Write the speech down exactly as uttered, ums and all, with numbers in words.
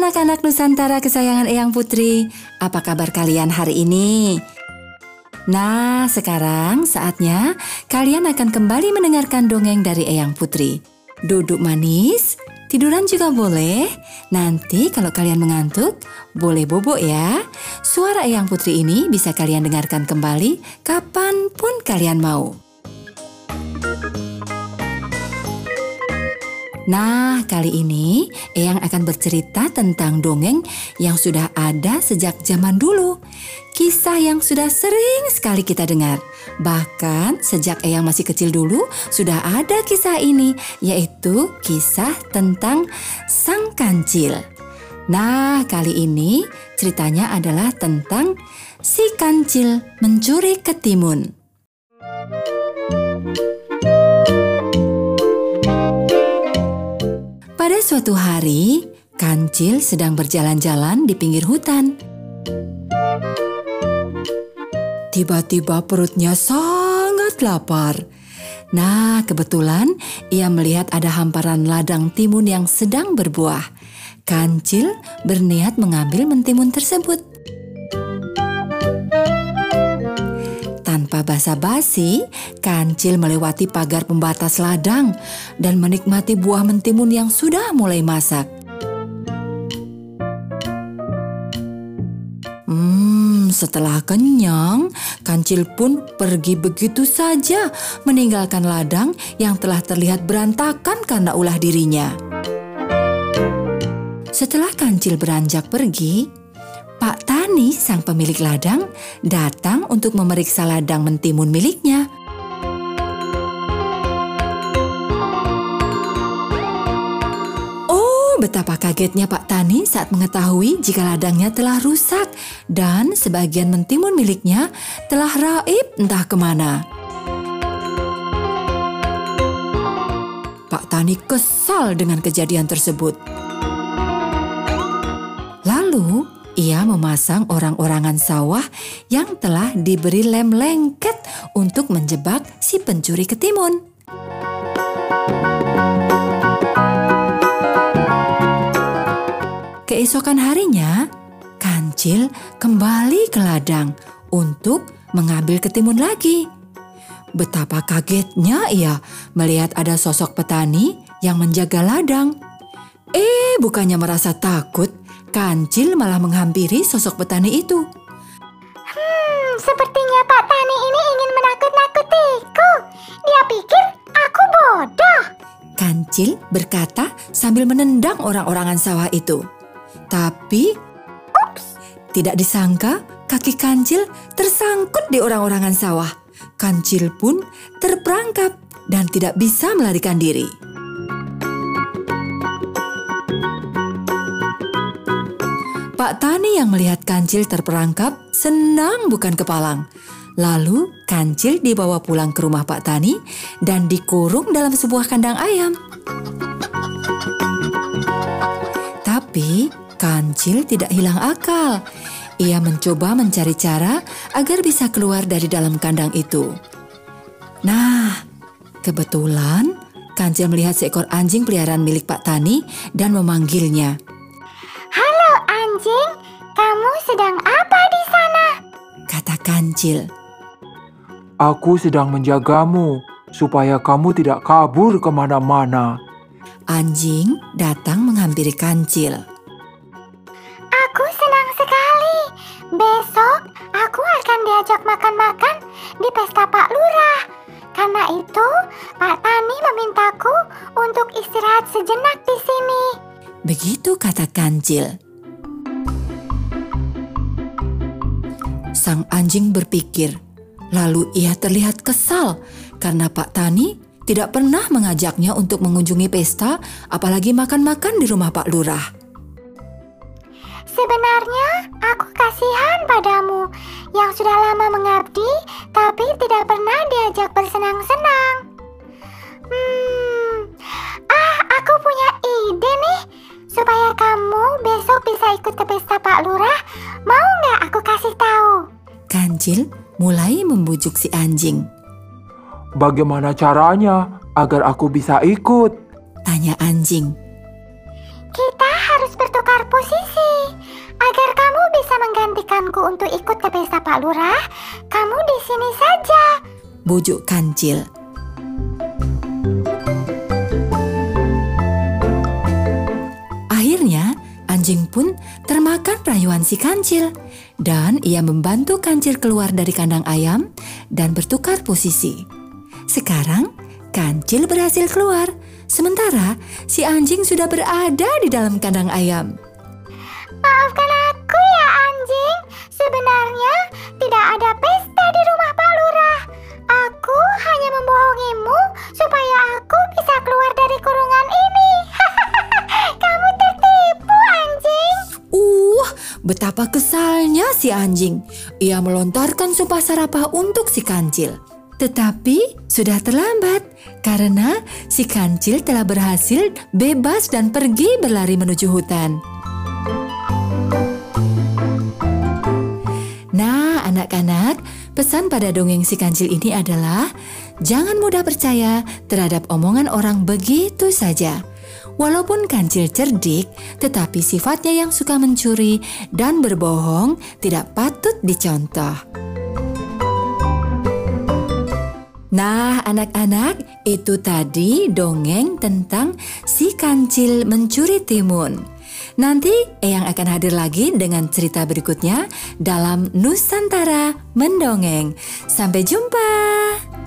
anak-anak Nusantara kesayangan Eyang Putri, apa kabar kalian hari ini? Nah, sekarang saatnya kalian akan kembali mendengarkan dongeng dari Eyang Putri. Duduk manis, tiduran juga boleh. Nanti kalau kalian mengantuk, boleh bobo ya. Suara Eyang Putri ini bisa kalian dengarkan kembali kapanpun kalian mau. Nah, kali ini Eyang akan bercerita tentang dongeng yang sudah ada sejak zaman dulu. Kisah yang sudah sering sekali kita dengar. Bahkan sejak Eyang masih kecil dulu sudah ada kisah ini, yaitu kisah tentang Sang Kancil. Nah, kali ini ceritanya adalah tentang si Kancil mencuri ketimun. Pada suatu hari, Kancil sedang berjalan-jalan di pinggir hutan. Tiba-tiba perutnya sangat lapar. Nah, kebetulan ia melihat ada hamparan ladang timun yang sedang berbuah. Kancil berniat mengambil mentimun tersebut. Tanpa basa-basi, Kancil melewati pagar pembatas ladang dan menikmati buah mentimun yang sudah mulai masak. Hmm, setelah kenyang, Kancil pun pergi begitu saja meninggalkan ladang yang telah terlihat berantakan karena ulah dirinya. Setelah Kancil beranjak pergi, Pak Tani, sang pemilik ladang, datang untuk memeriksa ladang mentimun miliknya. Oh, betapa kagetnya Pak Tani saat mengetahui jika ladangnya telah rusak dan sebagian mentimun miliknya telah raib entah kemana. Pak Tani kesal dengan kejadian tersebut. Lalu, ia memasang orang-orangan sawah yang telah diberi lem lengket untuk menjebak si pencuri ketimun. Keesokan harinya, Kancil kembali ke ladang untuk mengambil ketimun lagi. Betapa kagetnya ia melihat ada sosok petani yang menjaga ladang. Eh, bukannya merasa takut, Kancil malah menghampiri sosok petani itu. Hmm, sepertinya Pak Tani ini ingin menakut-nakutiku. Dia pikir aku bodoh. Kancil berkata sambil menendang orang-orangan sawah itu. Tapi, ups, tidak disangka kaki Kancil tersangkut di orang-orangan sawah. Kancil pun terperangkap dan tidak bisa melarikan diri. Pak Tani yang melihat Kancil terperangkap senang bukan kepalang. Lalu Kancil dibawa pulang ke rumah Pak Tani dan dikurung dalam sebuah kandang ayam. Tapi Kancil tidak hilang akal. Ia mencoba mencari cara agar bisa keluar dari dalam kandang itu. Nah, kebetulan Kancil melihat seekor anjing peliharaan milik Pak Tani dan memanggilnya. Anjing, kamu sedang apa di sana? Kata Kancil. Aku sedang menjagamu supaya kamu tidak kabur kemana-mana. Anjing datang menghampiri Kancil. Aku senang sekali. Besok aku akan diajak makan-makan di pesta Pak Lurah. Karena itu, Pak Tani memintaku untuk istirahat sejenak di sini. Begitu kata Kancil. Sang anjing berpikir, lalu ia terlihat kesal karena Pak Tani tidak pernah mengajaknya untuk mengunjungi pesta, apalagi makan-makan di rumah Pak Lurah. Sebenarnya aku kasihan padamu yang sudah lama mengabdi tapi tidak pernah diajak bersenang-senang. Hmm, ah aku punya ide nih supaya kamu besok bisa ikut ke pesta Pak Lurah. Mau nggak aku kasih tahu? Kancil mulai membujuk si anjing. Bagaimana caranya agar aku bisa ikut? Tanya anjing. Kita harus bertukar posisi. membolehkanku untuk ikut ke pesta Pak Lurah, kamu di sini saja, bujuk Kancil. Akhirnya, anjing pun termakan rayuan si Kancil dan ia membantu Kancil keluar dari kandang ayam dan bertukar posisi. Sekarang, Kancil berhasil keluar, sementara si anjing sudah berada di dalam kandang ayam. Maafkan aku ya anjing, sebenarnya tidak ada pesta di rumah Pak Lurah. Aku hanya membohongimu supaya aku bisa keluar dari kurungan ini. Kamu tertipu anjing. Uh, betapa kesalnya si anjing. Ia melontarkan sumpah serapah untuk si Kancil. Tetapi sudah terlambat karena si Kancil telah berhasil bebas dan pergi berlari menuju hutan. Nah, anak-anak, pesan pada dongeng si Kancil ini adalah jangan mudah percaya terhadap omongan orang begitu saja. Walaupun Kancil cerdik, tetapi sifatnya yang suka mencuri dan berbohong tidak patut dicontoh. Nah, anak-anak, itu tadi dongeng tentang si Kancil mencuri timun. Nanti Eyang akan hadir lagi dengan cerita berikutnya dalam Nusantara Mendongeng. Sampai jumpa.